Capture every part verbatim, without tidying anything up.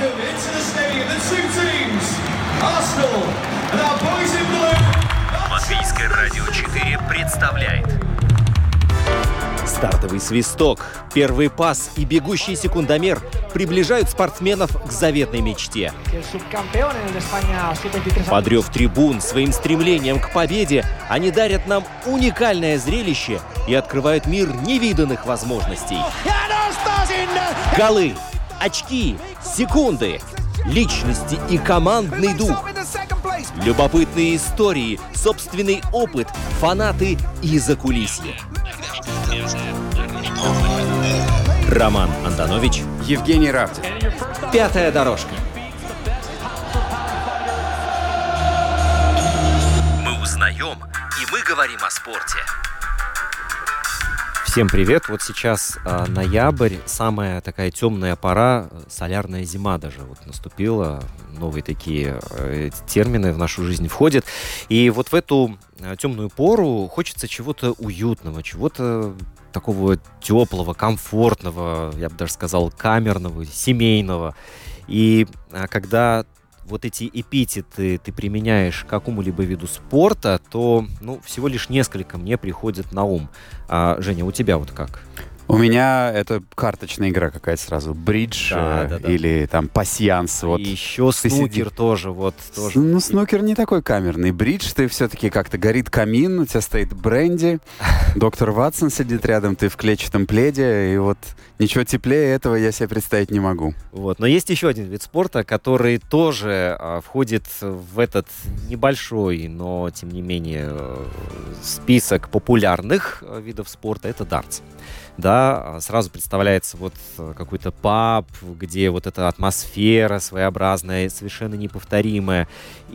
welcome into the stadium the two teams, Arsenal and our boys in blue. Латвийское радио четыре представляет Стартовый свисток, первый пас и бегущий секундомер приближают спортсменов к заветной мечте. Под рев трибун, своим стремлением к победе, они дарят нам уникальное зрелище и открывают мир невиданных возможностей. Голы, очки, секунды, личности и командный дух. Любопытные истории, собственный опыт, фанаты и закулисье. Роман Антонович, Евгений Равдин. Пятая дорожка. мы узнаем, и мы говорим о спорте. Всем привет! Вот сейчас э, ноябрь, самая такая темная пора, солярная зима даже вот наступила. Новые такие э, термины в нашу жизнь входят. И вот в эту э, темную пору хочется чего-то уютного, чего-то такого теплого, комфортного, я бы даже сказал, камерного, семейного. И э, когда вот эти эпитеты ты применяешь к какому-либо виду спорта, то ну, всего лишь несколько мне приходит на ум. А, Женя, у тебя вот как? У меня это карточная игра какая-то сразу. Бридж Да, э, да, да. или там пасьянс. Вот. И еще Ты снукер сиди- тоже. Вот, тоже. Ну, снукер не такой камерный. Бридж, ты все-таки как-то горит камин, у тебя стоит бренди, доктор Ватсон сидит рядом, ты в клетчатом пледе, и вот ничего теплее этого я себе представить не могу. Вот. Но есть еще один вид спорта, который тоже а, входит в этот небольшой, но тем не менее э, список популярных э, видов спорта. Это дартс. Да, сразу представляется вот э, какой-то паб, где вот эта атмосфера своеобразная, совершенно неповторимая.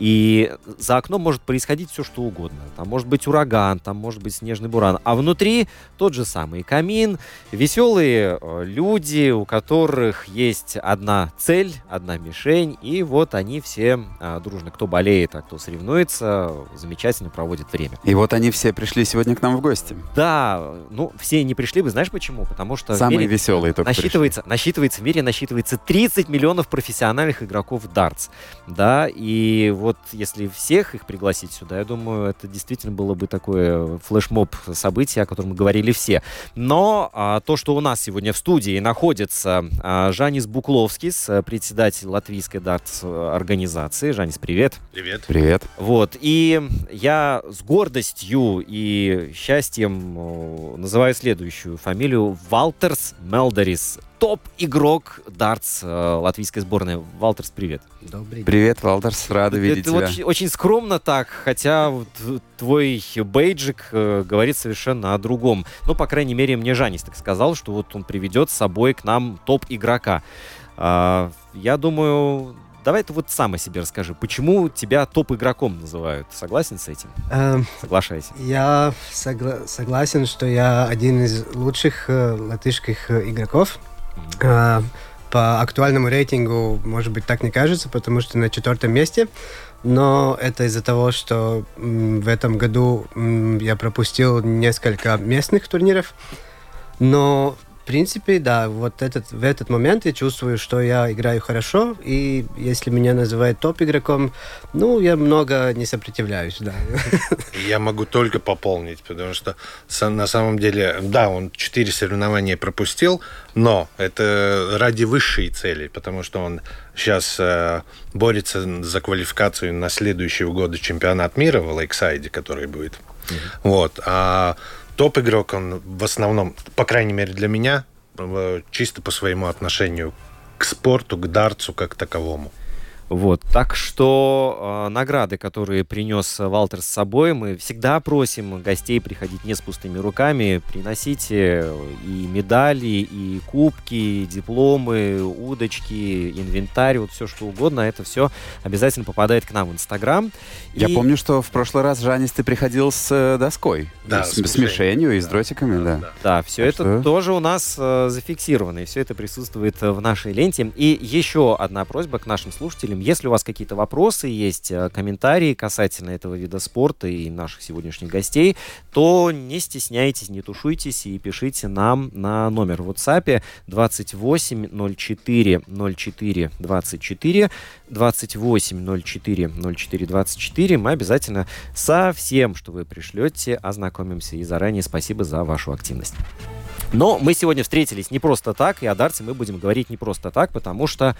И за окном может происходить все, что угодно. Там может быть ураган, там может быть снежный буран. А внутри тот же самый камин, веселые э, люди, у которых есть одна цель, одна мишень. И вот они все э, дружно, кто болеет, а кто соревнуется, замечательно проводят время. И вот они все пришли сегодня к нам в гости. Да, ну все не пришли, вы знаешь почему? Потому что в Самые мире веселые только пришли. насчитывается, насчитывается в мире насчитывается тридцать миллионов профессиональных игроков в дартс, да, и вот если всех их пригласить сюда, я думаю, это действительно было бы такое флешмоб событие, о котором мы говорили все. Но а, то, что у нас сегодня в студии находится а, Жанис Букловскис, а, председатель латвийской дартс организации. Жанис, привет. Привет. Привет. Вот, и я с гордостью и счастьем э, называю следующую фамилию: Валтерс Мелдерис, топ-игрок дартс э, латвийской сборной. Валтерс, привет. Добрый день. Привет, Валтерс, рада видеть Это тебя. очень, очень скромно так, хотя вот твой бейджик э, говорит совершенно о другом. Ну, по крайней мере, мне Жанис так сказал, что вот он приведет с собой к нам топ-игрока. А, я думаю... Давай ты вот сам о себе расскажи. Почему тебя топ-игроком называют? Согласен с этим? Эм, Соглашайся. Я согла- согласен, что я один из лучших э, латышских э, игроков. Э, по актуальному рейтингу, может быть, так не кажется, потому что на четвертом месте. Но это из-за того, что м, в этом году м, я пропустил несколько местных турниров. Но в принципе, да, вот этот, в этот момент я чувствую, что я играю хорошо, и если меня называют топ-игроком, ну, я много не сопротивляюсь, да. Я могу только пополнить, потому что са- на самом деле, да, он четыре соревнования пропустил, но это ради высшей цели, потому что он сейчас э, борется за квалификацию на следующего года чемпионат мира в Лейксайде, который будет. Mm-hmm. Вот. А топ-игрок, он в основном, по крайней мере для меня, чисто по своему отношению к спорту, к дартсу как таковому. Вот, так что э, награды, которые принес Валтер с собой, мы всегда просим гостей приходить не с пустыми руками, приносите и медали, и кубки, и дипломы, удочки, инвентарь, вот все что угодно, это все обязательно попадает к нам в Инстаграм. Я И- помню, что в прошлый раз, Жанис, ты приходил с э, доской. Да, с, с с мишенью и с да. дротиками, да. Да. Да, все Так это что- тоже у нас э, зафиксировано, и все это присутствует э, в нашей ленте. И еще одна просьба к нашим слушателям занимательным. Если у вас какие-то вопросы, есть комментарии касательно этого вида спорта и наших сегодняшних гостей, то не стесняйтесь, не тушуйтесь и пишите нам на номер в WhatsApp двадцать восемь ноль четыре ноль четыре двадцать четыре, двадцать восемь ноль четыре ноль четыре двадцать четыре. Мы обязательно со всем, что вы пришлете, ознакомимся. И заранее спасибо за вашу активность. Но мы сегодня встретились не просто так, и о дартсе мы будем говорить не просто так, потому что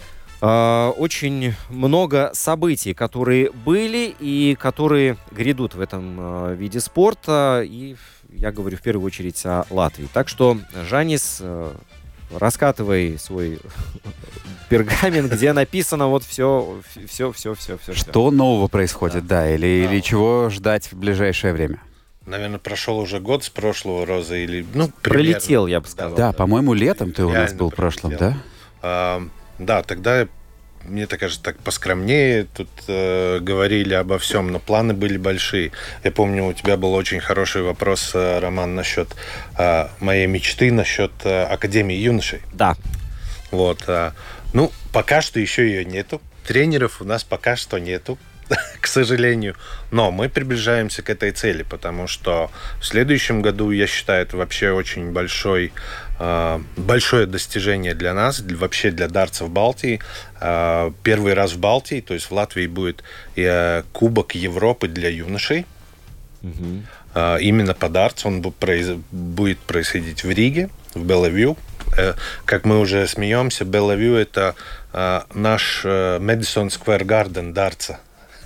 э, очень много событий, которые были и которые грядут в этом э, виде спорта. И я говорю в первую очередь о Латвии. Так что, Жанис, э, раскатывай свой пергамент, где написано вот все, все, все, все, все. Что нового происходит, да, да или, да. или чего ждать в ближайшее время? Наверное, прошел уже год с прошлого раза или... Ну, пролетел, я бы сказал. Да, да, по-моему, летом ты у нас был в прошлом, да? А, да, тогда, мне так кажется, так поскромнее тут э, говорили обо всем, но планы были большие. Я помню, у тебя был очень хороший вопрос, Роман, насчет э, моей мечты, насчет э, Академии юношей. Да. Вот. Э, ну, пока что еще ее нету. Тренеров у нас пока что нету, к сожалению. Но мы приближаемся к этой цели, потому что в следующем году, я считаю, это вообще очень большой, э, большое достижение для нас, для, вообще для дартса в Балтии. Э, первый раз в Балтии, то есть в Латвии будет э, Кубок Европы для юношей. Mm-hmm. Э, именно по дартсу он произ- будет происходить в Риге, в Белавью. Э, как мы уже смеемся, Белавью – это э, наш э, Madison Square Garden дартса.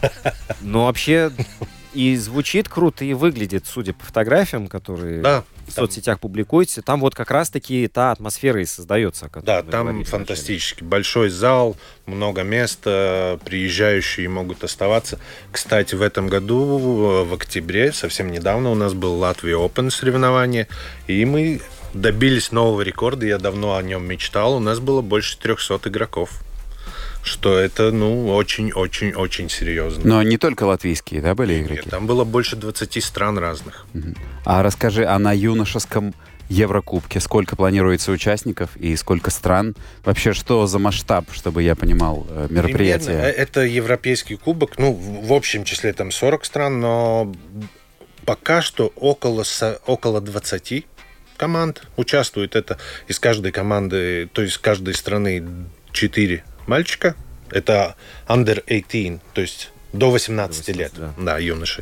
Ну, вообще, и звучит круто, и выглядит, судя по фотографиям, которые да, в там, соцсетях публикуете, там вот как раз-таки та атмосфера и создается. Да, там фантастически. Большой зал, много места, приезжающие могут оставаться. Кстати, в этом году, в октябре, совсем недавно, у нас был Latvia Open соревнование, и мы добились нового рекорда, я давно о нем мечтал, у нас было больше трехсот игроков. Что это, ну, очень-очень-очень серьезно. Но не только латвийские, да, были игроки? Нет, там было больше двадцати стран разных. Uh-huh. А расскажи, а на юношеском Еврокубке сколько планируется участников и сколько стран? Вообще, что за масштаб, чтобы я понимал, мероприятие? Примерно, это европейский кубок, ну, в общем числе там сорок стран, но пока что около, около двадцати команд участвует. Это из каждой команды, то есть из каждой страны четыре мальчика, это under eighteen, то есть до восемнадцати лет, да. Да, юноши,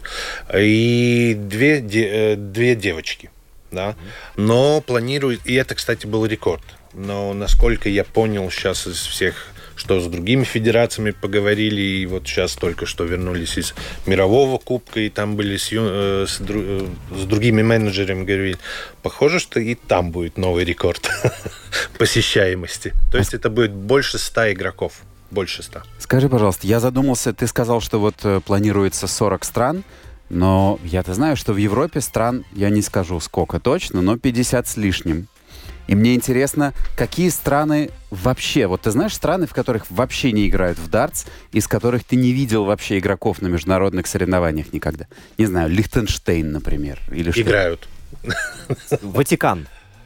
и две, де, две девочки, да, mm-hmm. но планируют, и это, кстати, был рекорд, но насколько я понял сейчас из всех, что с другими федерациями поговорили, и вот сейчас только что вернулись из мирового кубка, и там были с, ю, с, дру, с другими менеджерами, говорили, похоже, что и там будет новый рекорд посещаемости. То есть это будет больше ста игроков. Больше ста. Скажи, пожалуйста, я задумался, ты сказал, что вот планируется сорок стран, но я-то знаю, что в Европе стран, я не скажу сколько точно, но пятьдесят с лишним. И мне интересно, какие страны вообще... Вот ты знаешь страны, в которых вообще не играют в дартс, из которых ты не видел вообще игроков на международных соревнованиях никогда? Не знаю, Лихтенштейн, например. Или что? Играют. Ватикан.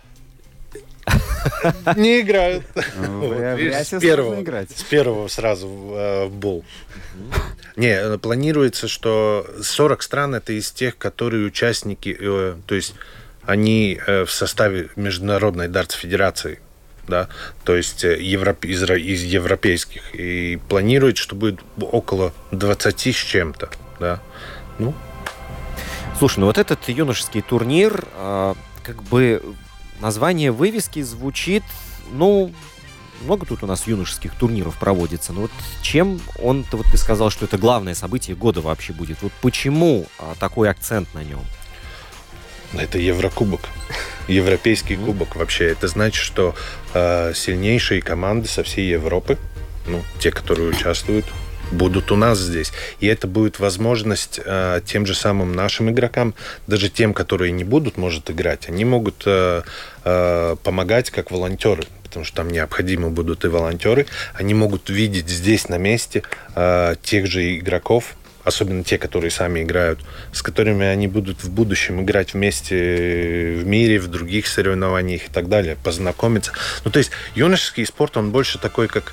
Не играют. С первого, с первого сразу в бол. Не, планируется, что сорок стран это из тех, которые участники, то есть они в составе Международной дартс-федерации, да, то есть европ... из... из европейских. И планирует, что будет около двадцати с чем-то, да. Ну. Слушай, ну вот этот юношеский турнир, э, как бы название вывески звучит, ну, много тут у нас юношеских турниров проводится, но вот чем он, вот ты сказал, что это главное событие года вообще будет, вот почему а, такой акцент на нем? Это Еврокубок, европейский mm-hmm. кубок вообще. Это значит, что э, сильнейшие команды со всей Европы, ну, те, которые участвуют, будут у нас здесь. И это будет возможность э, тем же самым нашим игрокам, даже тем, которые не будут, может, играть, они могут э, э, помогать как волонтеры, потому что там необходимы будут и волонтеры. Они могут видеть здесь на месте э, тех же игроков, особенно те, которые сами играют, с которыми они будут в будущем играть вместе в мире, в других соревнованиях и так далее, познакомиться. Ну, то есть юношеский спорт, он больше такой, как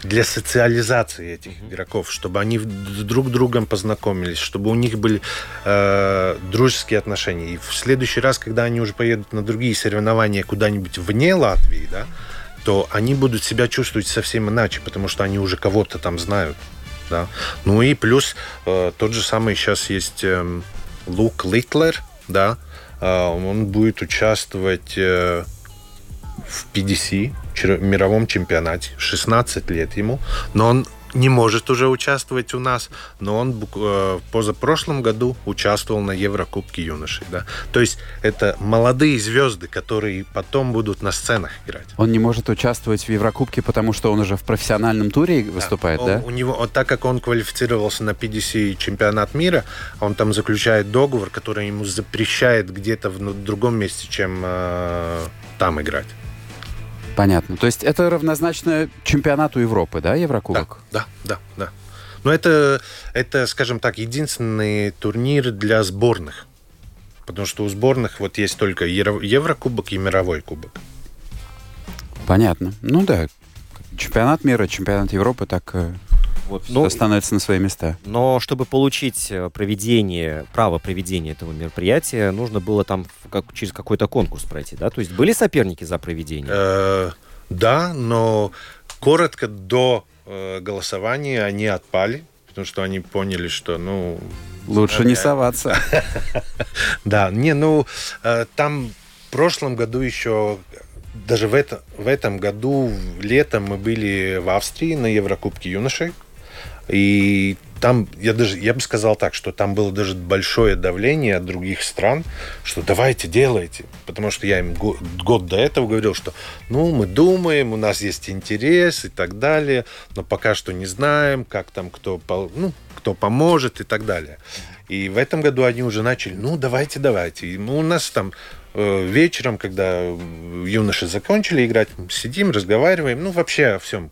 для социализации этих mm-hmm. игроков, чтобы они друг с другом познакомились, чтобы у них были э, дружеские отношения. И в следующий раз, когда они уже поедут на другие соревнования куда-нибудь вне Латвии, да, то они будут себя чувствовать совсем иначе, потому что они уже кого-то там знают. Да. Ну и плюс э, тот же самый сейчас есть э, Лук Литлер, да, э, он будет участвовать э, в пи ди си, мировом чемпионате, шестнадцать лет ему, но он не может уже участвовать у нас, но он в позапрошлом году участвовал на Еврокубке юношей. Да? То есть это молодые звезды, которые потом будут на сценах играть. Он не может участвовать в Еврокубке, потому что он уже в профессиональном туре выступает, да? Он, да? У него, вот так как он квалифицировался на пи ди си чемпионат мира, он там заключает договор, который ему запрещает где-то в другом месте, чем э, там играть. Понятно. То есть это равнозначно чемпионату Европы, да, Еврокубок? Да, да, да. да. Но это, это, скажем так, единственный турнир для сборных. Потому что у сборных вот есть только Еврокубок и мировой кубок. Понятно. Ну да. Чемпионат мира, чемпионат Европы, так вот, ну, становится на свои места. Но чтобы получить проведение, право проведения этого мероприятия, нужно было там как, через какой-то конкурс пройти, да? То есть были соперники за проведение? Э, да, но коротко до э, голосования они отпали, потому что они поняли, что, ну... Лучше не соваться. Да, не, ну, там в прошлом году еще... Даже в, это, в этом году, летом, мы были в Австрии на Еврокубке юношей. И там, я, даже, я бы сказал так, что там было даже большое давление от других стран, что давайте, делайте. Потому что я им год, год до этого говорил, что ну, мы думаем, у нас есть интерес и так далее, но пока что не знаем, как там кто, ну, кто поможет и так далее. И в этом году они уже начали, ну, давайте, давайте. И у нас там вечером, когда юноши закончили играть, сидим, разговариваем, ну, вообще о всем.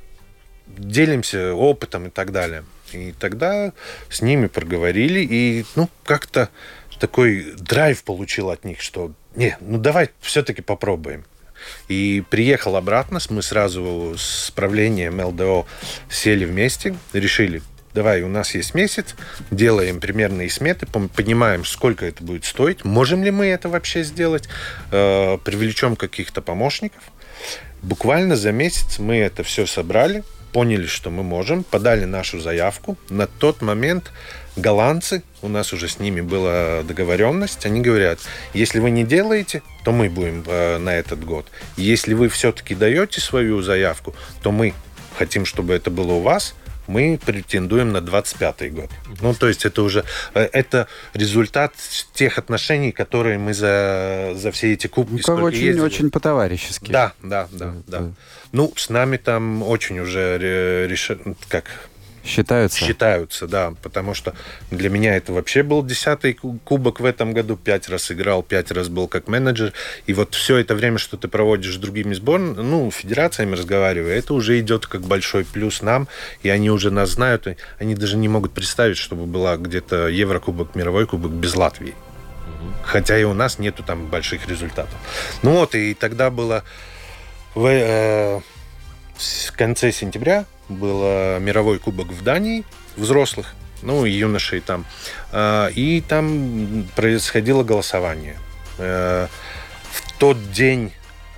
Делимся опытом и так далее. И тогда с ними проговорили, и, ну, как-то такой драйв получил от них, что, не, ну, давай все-таки попробуем. И приехал обратно, мы сразу с правлением эл дэ о сели вместе, решили, давай, у нас есть месяц, делаем примерные сметы, понимаем, сколько это будет стоить, можем ли мы это вообще сделать, э, привлечем каких-то помощников. Буквально за месяц мы это все собрали, поняли, что мы можем, подали нашу заявку. На тот момент голландцы, у нас уже с ними была договоренность, они говорят, если вы не делаете, то мы будем э, на этот год. Если вы все-таки даете свою заявку, то мы хотим, чтобы это было у вас, мы претендуем на двадцать пятый год. Mm-hmm. Ну, то есть это уже это результат тех отношений, которые мы за, за все эти кубки ну, очень, ездили. Очень по-товарищески. Да, да, да, mm-hmm. да. Ну, с нами там очень уже решено, как... Считаются? Считаются, да, потому что для меня это вообще был десятый кубок в этом году, пять раз играл, пять раз был как менеджер, и вот все это время, что ты проводишь с другими сборными, ну, федерациями разговаривая, это уже идет как большой плюс нам, и они уже нас знают, и они даже не могут представить, чтобы была где-то Еврокубок, мировой кубок без Латвии. Хотя и у нас нету там больших результатов. Ну вот, и тогда было в, э, в конце сентября был мировой кубок в Дании взрослых, ну и юношей там. И там происходило голосование. В тот день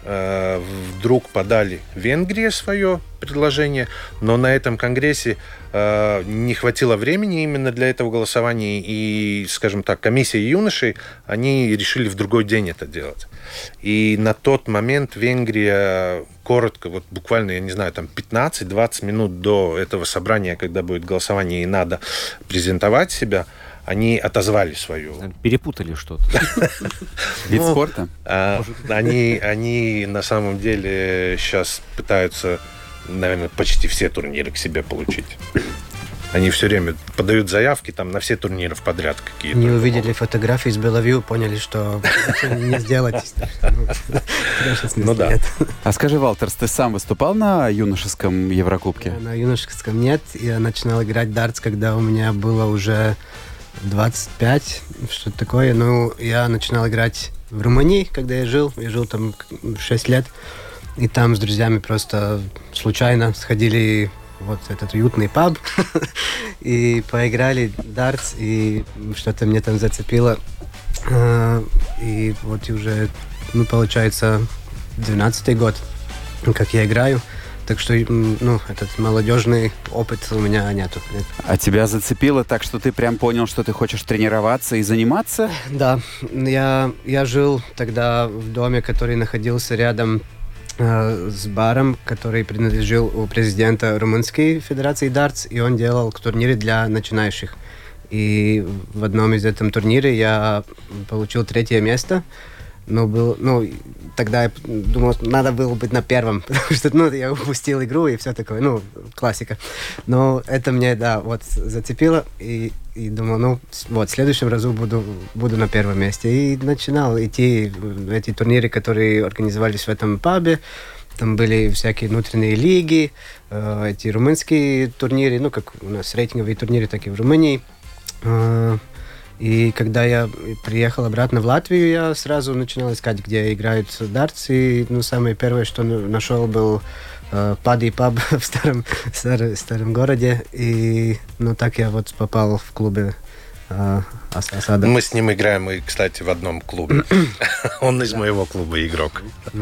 вдруг подали Венгрия свое предложение, но на этом конгрессе не хватило времени именно для этого голосования, и, скажем так, комиссия юношей, они решили в другой день это делать. И на тот момент Венгрия коротко, вот буквально, я не знаю, там пятнадцать-двадцать минут до этого собрания, когда будет голосование и надо презентовать себя, они отозвали свою... Перепутали что-то. Вид спорта? Они, они на самом деле сейчас пытаются, наверное, почти все турниры к себе получить. Они все время подают заявки там на все турниры подряд какие-то. Не увидели фотографии с Беловью, поняли, что не сделать. Ну да. А скажи, Валтерс, ты сам выступал на юношеском Еврокубке? На юношеском нет. Я начинал играть дартс, когда у меня было уже двадцать пять, что-то такое. Ну, я начинал играть в Румынии, когда я жил. Я жил там шесть лет. И там с друзьями просто случайно сходили вот этот уютный паб и поиграли в дартс, и что-то мне там зацепило. И вот уже, ну, получается, двенадцатый год, как я играю. Так что, ну, этот молодежный опыт у меня нету. А тебя зацепило так, что ты прям понял, что ты хочешь тренироваться и заниматься? Да, я, я жил тогда в доме, который находился рядом э, с баром, который принадлежал у президента Румынской Федерации дартс, и он делал турниры для начинающих. И в одном из этих турниров я получил третье место. Но был, ну, тогда я думал, надо было быть на первом, потому что, ну, я упустил игру и все такое, ну, классика. Но это мне, да, вот зацепило, и, и думал, ну, вот, в следующем разу буду, буду на первом месте. И начинал идти в эти турниры, которые организовались в этом пабе. Там были всякие внутренние лиги, э, эти румынские турниры, ну, как у нас рейтинговые турниры, так и в Румынии. Э, И когда я приехал обратно в Латвию, я сразу начинал искать, где играют дартс. И, ну, самое первое, что нашел, был э, Пади паб в старом, старом, старом городе. И, ну, так я вот попал в клубе э, Асада. Мы с ним играем, и, кстати, в одном клубе. Он из моего клуба игрок.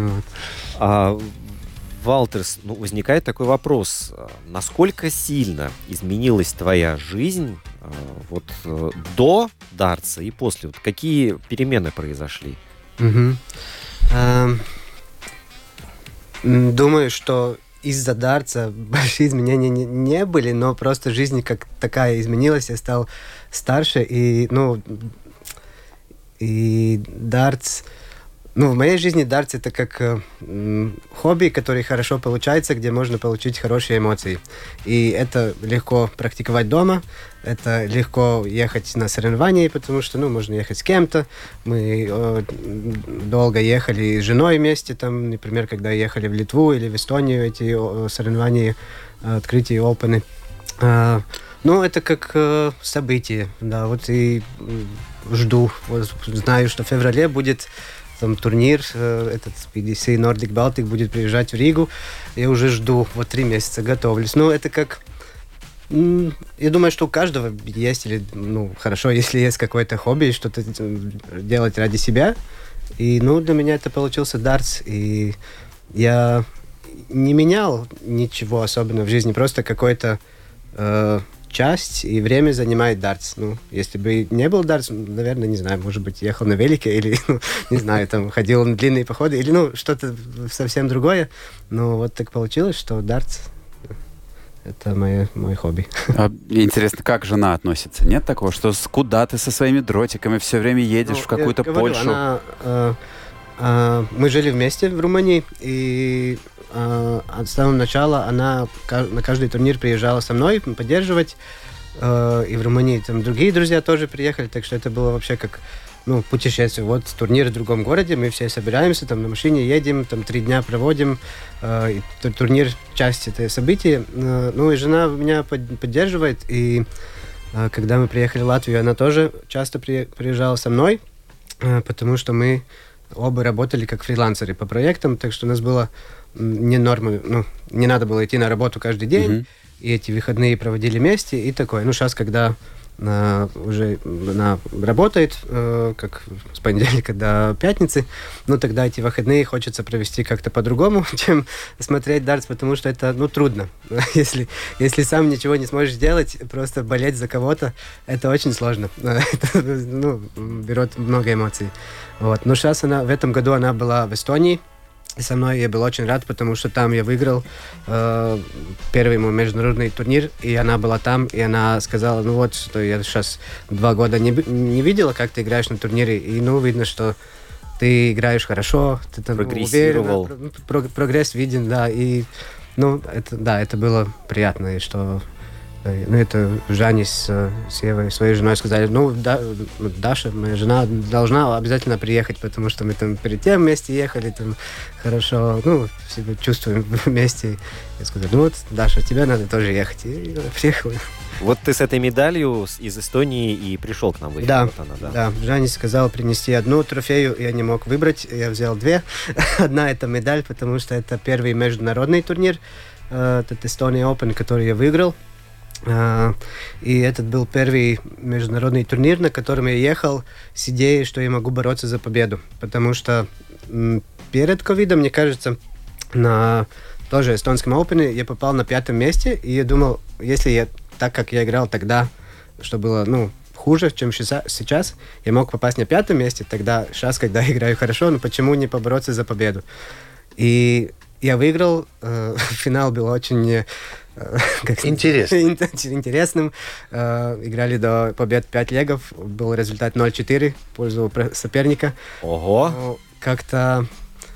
Валтерс, ну, возникает такой вопрос. Насколько сильно изменилась твоя жизнь э, вот э, до дартса и после? Вот какие перемены произошли? Угу. Эм, думаю, что из-за дартса большие изменения не, не были, но просто жизнь как такая изменилась. Я стал старше, и, ну, и дартс... Ну, в моей жизни дартс это как э, хобби, который хорошо получается, где можно получить хорошие эмоции. И это легко практиковать дома, это легко ехать на соревнования, потому что, ну, можно ехать с кем-то. Мы э, долго ехали с женой вместе, там, например, когда ехали в Литву или в Эстонию, эти э, соревнования, э, открытия, опены. Э, ну, это как э, событие, да, вот и э, жду. Вот, знаю, что в феврале будет там турнир, этот пи ди си Nordic Baltic будет приезжать в Ригу. Я уже жду, вот три месяца готовлюсь. Ну, это как... Я думаю, что у каждого есть, или, ну, хорошо, если есть какое-то хобби, что-то делать ради себя. И, ну, для меня это получился дартс. И я не менял ничего особенного в жизни, просто какой-то... Э, часть и время занимает дартс. Ну, если бы не был дартс, наверное, не знаю, может быть, ехал на велике или, ну, не знаю, там, ходил на длинные походы или, ну, что-то совсем другое. Но вот так получилось, что дартс — это мое, мой хобби. А, интересно, как жена относится? Нет такого, что куда ты со своими дротиками все время едешь, ну, в какую-то говорю, Польшу? Она, э, э, мы жили вместе в Румынии, и с самого начала она на каждый турнир приезжала со мной поддерживать. И в Румынии там другие друзья тоже приехали, так что это было вообще как, ну, путешествие. Вот турнир в другом городе, мы все собираемся, там на машине едем, там три дня проводим. И турнир — часть этого события. Ну и жена меня поддерживает. И когда мы приехали в Латвию, она тоже часто приезжала со мной, потому что мы оба работали как фрилансеры по проектам, так что у нас было не нормы, ну, не надо было идти на работу каждый день, mm-hmm. и эти выходные проводили вместе, и такое. Ну, сейчас, когда э, уже она работает, э, как с понедельника до пятницы, ну, тогда эти выходные хочется провести как-то по-другому, чем смотреть дартс, потому что это, ну, трудно. если, если сам ничего не сможешь сделать, просто болеть за кого-то, это очень сложно. это, ну, берет много эмоций. Вот. Но сейчас она, в этом году она была в Эстонии, и со мной я был очень рад, потому что там я выиграл э, первый мой международный турнир, и она была там, и она сказала, ну вот, что я сейчас два года не, не видела, как ты играешь на турнире, и, ну, видно, что ты играешь хорошо, ты там прогрессировал. Уверен, про, прогресс виден, да, и, ну, это, да, это было приятно, и что... Ну, это Жанне с, с Евой, своей женой, сказали, ну, да, Даша, моя жена, должна обязательно приехать, потому что мы там перед тем вместе ехали, там хорошо, ну, себя чувствуем вместе. Я сказал, ну вот, Даша, тебе надо тоже ехать. И я приехала. Вот ты с этой медалью из Эстонии и пришел к нам в эфир. Да, вот она, да. да. Жанис сказал принести одну трофею, я не мог выбрать, я взял две. Одна это медаль, потому что это первый международный турнир, этот Estonia Open, который я выиграл. И этот был первый международный турнир, на котором я ехал с идеей, что я могу бороться за победу. Потому что перед ковидом, мне кажется, на тоже эстонском Open я попал на пятом месте, и я думал, если я так, как я играл тогда, что было, ну, хуже, чем сейчас, я мог попасть на пятом месте, тогда сейчас, когда я играю хорошо, ну почему не побороться за победу? И я выиграл, э, финал был очень э, как интересный. интересным. Э, играли до побед пять легов, был результат ноль четыре в пользу соперника. Ого! Но как-то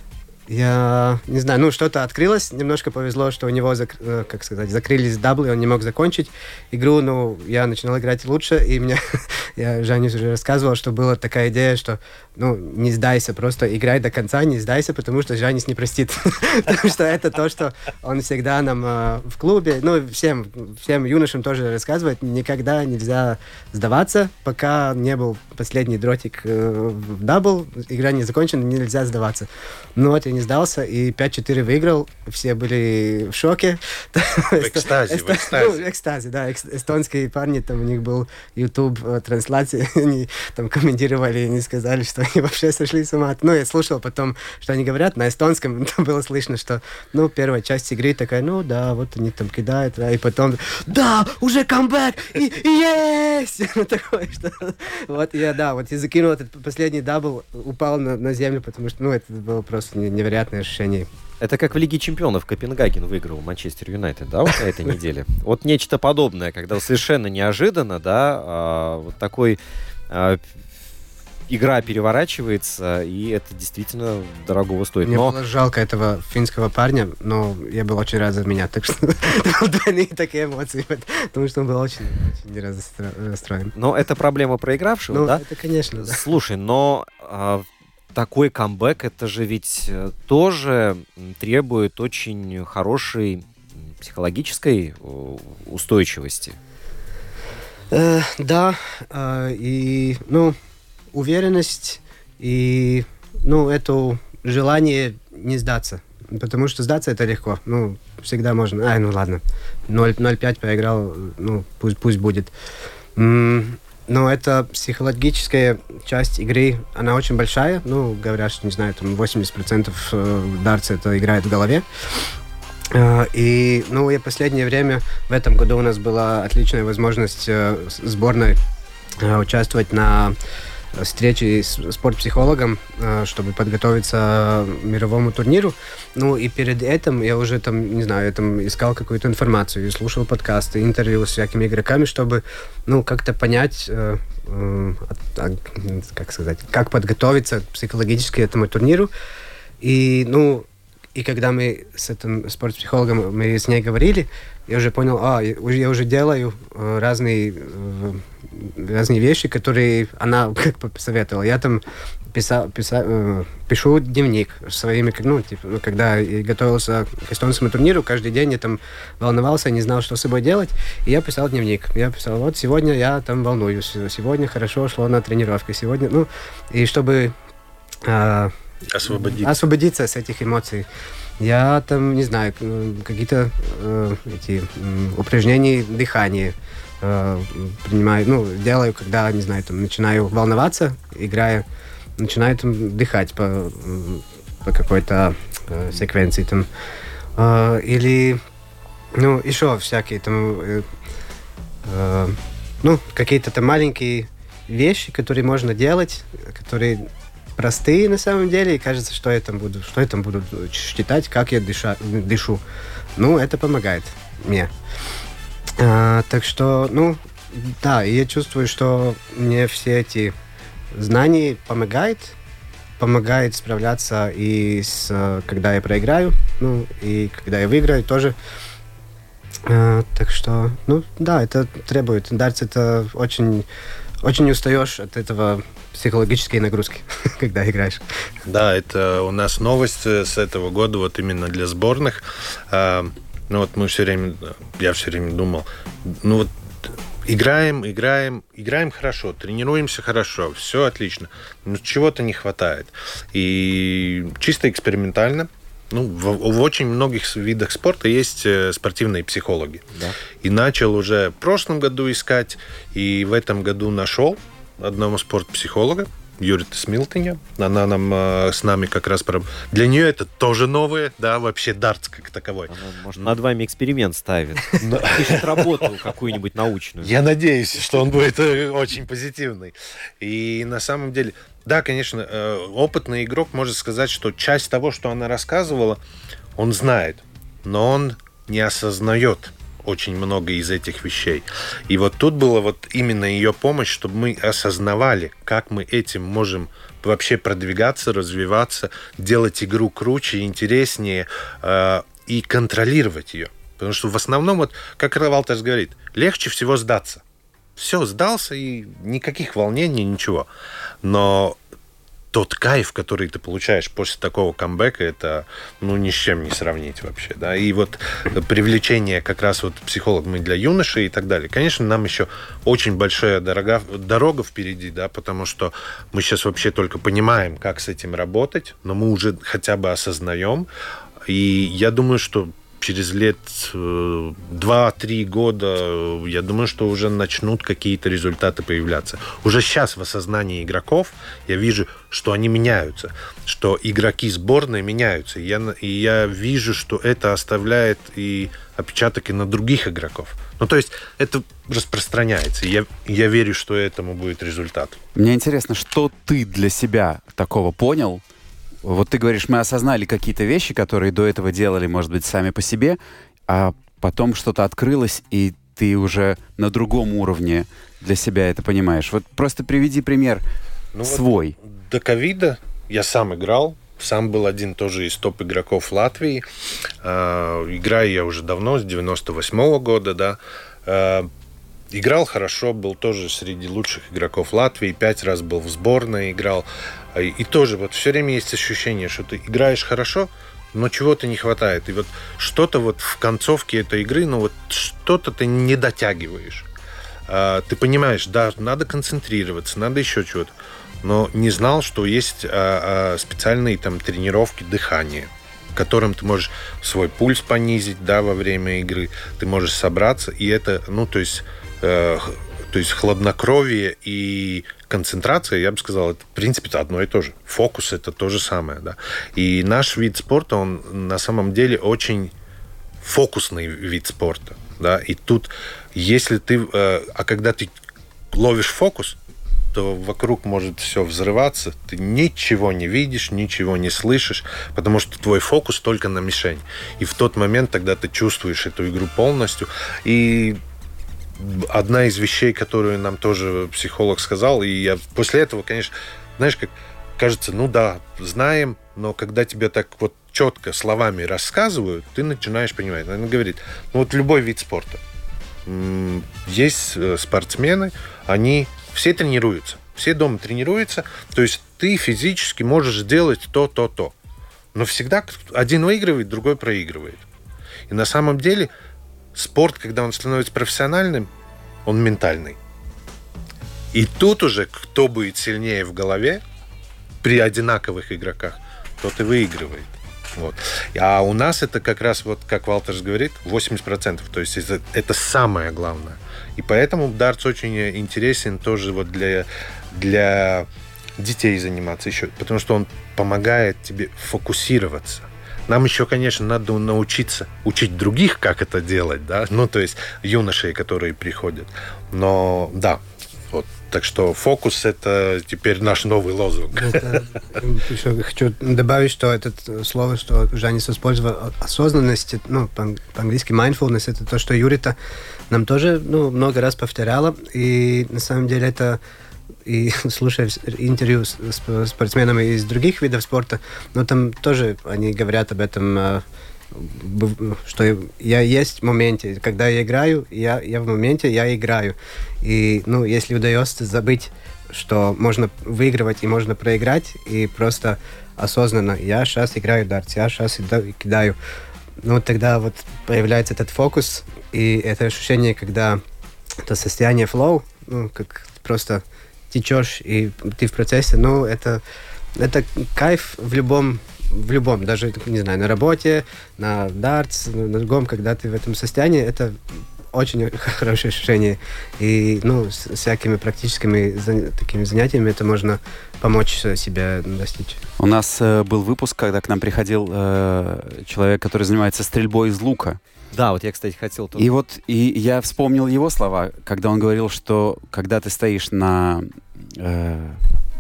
я не знаю, ну что-то открылось, немножко повезло, что у него, зак- как сказать, закрылись даблы, он не мог закончить игру, но я начинал играть лучше, и мне, я Жанис уже рассказывал, что была такая идея, что, ну, не сдайся, просто играй до конца, не сдайся, потому что Жанис не простит, потому что это то, что он всегда нам э, в клубе, ну, всем, всем юношам тоже рассказывает, никогда нельзя сдаваться, пока не был последний дротик э, в дабл, игра не закончена, нельзя сдаваться. Ну вот, я не сдался, и пять четыре выиграл, все были в шоке. В экстазе, в экстазе. Ну, в экстазе, да, эстонские парни, там у них был YouTube-трансляция, они там комментировали, они сказали, что они вообще сошли с ума. Ну, я слушал потом, что они говорят, на эстонском там было слышно, что, ну, первая часть игры такая, ну, да, вот они там кидают, да, и потом, да, уже камбэк, и, и есть! Такое, что, вот я, да, вот я закинул этот последний дабл, упал на, на землю, потому что, ну, это было просто невероятно. Невероятное ощущение. Это как в Лиге чемпионов Копенгаген выиграл Манчестер Юнайтед, да, вот на этой неделе. Вот нечто подобное, когда совершенно неожиданно, да, а, вот такой а, игра переворачивается, и это действительно дорогого стоит. Мне но... было жалко этого финского парня, но я был очень рад за меня, так что двойные такие эмоции, потому что он был очень, очень расстроен. Но это проблема проигравшего, ну, да? это, конечно, да. Слушай, но... А, такой камбэк, это же ведь тоже требует очень хорошей психологической устойчивости. Э, да, э, и, ну, уверенность и, ну, это желание не сдаться. Потому что сдаться это легко. Ну, всегда можно. Ай, ну ладно, ноль пять проиграл, ну, пусть, пусть будет. М- Но эта психологическая часть игры, она очень большая. Ну, говорят, что, не знаю, там восемьдесят процентов дартса это играет в голове. И, ну, и в последнее время, в этом году у нас была отличная возможность сборной участвовать на встречи с спортпсихологом, чтобы подготовиться к мировому турниру. Ну и перед этим я уже там, не знаю, я там искал какую-то информацию, слушал подкасты, интервью с всякими игроками, чтобы, ну, как-то понять, э, э, как сказать, как подготовиться психологически к этому турниру. И, ну, и когда мы с этим спортпсихологом, мы с ней говорили, я уже понял, а, я уже делаю разные, разные вещи, которые она как бы посоветовала. Я там писал, писал, пишу дневник своими, ну, типа, когда я готовился к эстонскому турниру, каждый день я там волновался, не знал, что с собой делать, и я писал дневник. Я писал, вот сегодня я там волнуюсь, сегодня хорошо шло на тренировке, сегодня, ну, и чтобы... Освободиться. Освободиться с этих эмоций. Я там, не знаю, какие-то э, эти э, упражнения дыхания э, принимаю, ну, делаю, когда, не знаю, там, начинаю волноваться, играю, начинаю там дыхать по, по какой-то э, секвенции там. Э, или, ну, еще всякие там, э, э, ну, какие-то там маленькие вещи, которые можно делать, которые простые на самом деле, и кажется, что я там буду, что я там буду считать, как я дыша, дышу. Ну, это помогает мне. А, так что, ну, да, и я чувствую, что мне все эти знания помогают, помогает справляться и с, когда я проиграю, ну, и когда я выиграю тоже. А, так что, ну, да, это требует. Дартс это очень, очень устаешь от этого психологические нагрузки, когда играешь. Да, это у нас новость с этого года, вот именно для сборных. Ну вот мы все время, я все время думал, ну вот играем, играем, играем хорошо, тренируемся хорошо, все отлично, но чего-то не хватает. И чисто экспериментально, ну, в, в очень многих видах спорта есть спортивные психологи. Да. И начал уже в прошлом году искать, и в этом году нашел одного спортпсихолога, Юрита Смилтиня. Она нам э, с нами как раз... Про... Для нее это тоже новое, да, вообще дартс как таковой. Она, может, над вами эксперимент ставит. Пишет работу какую-нибудь научную. Я надеюсь, что он будет очень позитивный. И на самом деле, да, конечно, опытный игрок может сказать, что часть того, что она рассказывала, он знает, но он не осознает очень много из этих вещей. И вот тут была вот именно ее помощь, чтобы мы осознавали, как мы этим можем вообще продвигаться, развиваться, делать игру круче, интереснее э, и контролировать ее. Потому что в основном, вот, как Валтерс говорит, легче всего сдаться. Все, сдался, и никаких волнений, ничего. Но тот кайф, который ты получаешь после такого камбэка, это, ну, ни с чем не сравнить вообще, да. И вот привлечение как раз вот психологами для юношей и так далее. Конечно, нам еще очень большая дорога, дорога впереди, да, потому что мы сейчас вообще только понимаем, как с этим работать, но мы уже хотя бы осознаем. И я думаю, что через лет два-три года, я думаю, что уже начнут какие-то результаты появляться. Уже сейчас в осознании игроков я вижу, что они меняются, что игроки сборной меняются. И я, и я вижу, что это оставляет и отпечаток и на других игроков. Ну, то есть это распространяется. И я, я верю, что этому будет результат. Мне интересно, что ты для себя такого понял? Вот ты говоришь, мы осознали какие-то вещи, которые до этого делали, может быть, сами по себе, а потом что-то открылось, и ты уже на другом уровне для себя это понимаешь. Вот просто приведи пример ну свой. Вот до ковида я сам играл, сам был один тоже из топ-игроков Латвии. Э, играю я уже давно, с девяносто восьмого года, да. Э, играл хорошо, был тоже среди лучших игроков Латвии, пять раз был в сборной, играл. И тоже вот все время есть ощущение, что ты играешь хорошо, но чего-то не хватает. И вот что-то вот в концовке этой игры, ну вот что-то ты не дотягиваешь. Ты понимаешь, да, надо концентрироваться, надо еще чего-то. Но не знал, что есть специальные там тренировки дыхания, которым ты можешь свой пульс понизить, да, во время игры. Ты можешь собраться, и это, ну, то есть... То есть хладнокровие и концентрация, я бы сказал, это в принципе одно и то же. Фокус это то же самое, да. И наш вид спорта, он на самом деле очень фокусный вид спорта, да. И тут, если ты, а когда ты ловишь фокус, то вокруг может все взрываться, ты ничего не видишь, ничего не слышишь, потому что твой фокус только на мишень. И в тот момент тогда ты чувствуешь эту игру полностью. И одна из вещей, которую нам тоже психолог сказал, и я после этого, конечно, знаешь, как кажется, ну да, знаем, но когда тебе так вот четко словами рассказывают, ты начинаешь понимать. Она говорит, ну вот любой вид спорта. Есть спортсмены, они все тренируются, все дома тренируются, то есть ты физически можешь делать то, то, то. Но всегда один выигрывает, другой проигрывает. И на самом деле спорт, когда он становится профессиональным, он ментальный. И тут уже кто будет сильнее в голове при одинаковых игроках, тот и выигрывает. Вот. А у нас это как раз, вот как Валтерс говорит, восемьдесят процентов. То есть это, это самое главное. И поэтому дартс очень интересен тоже вот для, для детей заниматься еще. Потому что он помогает тебе фокусироваться. Нам еще, конечно, надо научиться учить других, как это делать, да, ну, то есть юношей, которые приходят. Но, да, вот, так что фокус – это теперь наш новый лозунг. Это, еще хочу добавить, что это слово, что Жанис использовал, осознанность, ну, по-английски mindfulness, это то, что Юрита нам тоже, ну, много раз повторяла, и на самом деле это... И слушая интервью с спортсменами из других видов спорта, но там тоже они говорят об этом, что я есть в моменте. Когда я играю, я, я в моменте, я играю. И ну, если удается забыть, что можно выигрывать и можно проиграть, и просто осознанно, я сейчас играю дартс, я сейчас кидаю, ну тогда вот появляется этот фокус, и это ощущение, когда это состояние flow, ну, как просто течешь, и ты в процессе, ну, это, это кайф в любом, в любом, даже, не знаю, на работе, на дартс, на другом, когда ты в этом состоянии, это очень хорошее ощущение. И, ну, с всякими практическими зан- такими занятиями это можно помочь себе достичь. У нас э, был выпуск, когда к нам приходил э, человек, который занимается стрельбой из лука. Да, вот я, кстати, хотел... Тоже... И вот и я вспомнил его слова, когда он говорил, что когда ты стоишь на, э,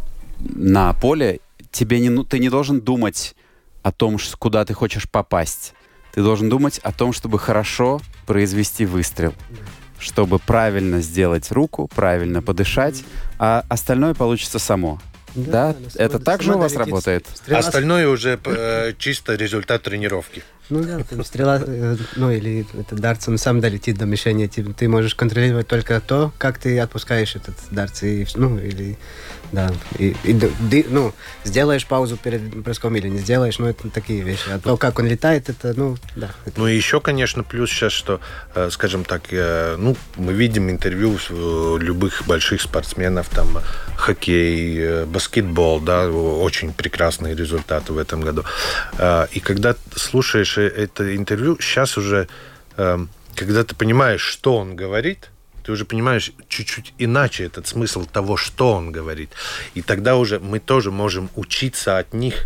на поле, тебе не, ну, ты не должен думать о том, куда ты хочешь попасть. Ты должен думать о том, чтобы хорошо произвести выстрел, чтобы правильно сделать руку, правильно подышать, а остальное получится само. Да? Да? Это Сама- так же у сама вас долетит. работает? Стрела- Остальное уже э, чисто результат тренировки. Ну да, там стрела, э, ну или этот дартс, он сам долетит до мишени. Ты, ты можешь контролировать только то, как ты отпускаешь этот дартс. И, ну, или, да, и, и, ды- ну, сделаешь паузу перед броском или не сделаешь, ну, это такие вещи. А то, как он летает, это, ну, да. Это... Ну и еще, конечно, плюс сейчас, что, э, скажем так, э, ну, мы видим интервью с, э, любых больших спортсменов, там, хоккей, э, баскетбол, да, очень прекрасные результаты в этом году. Э, и когда слушаешь это интервью, сейчас уже, э, когда ты понимаешь, что он говорит, ты уже понимаешь чуть-чуть иначе этот смысл того, что он говорит. И тогда уже мы тоже можем учиться от них.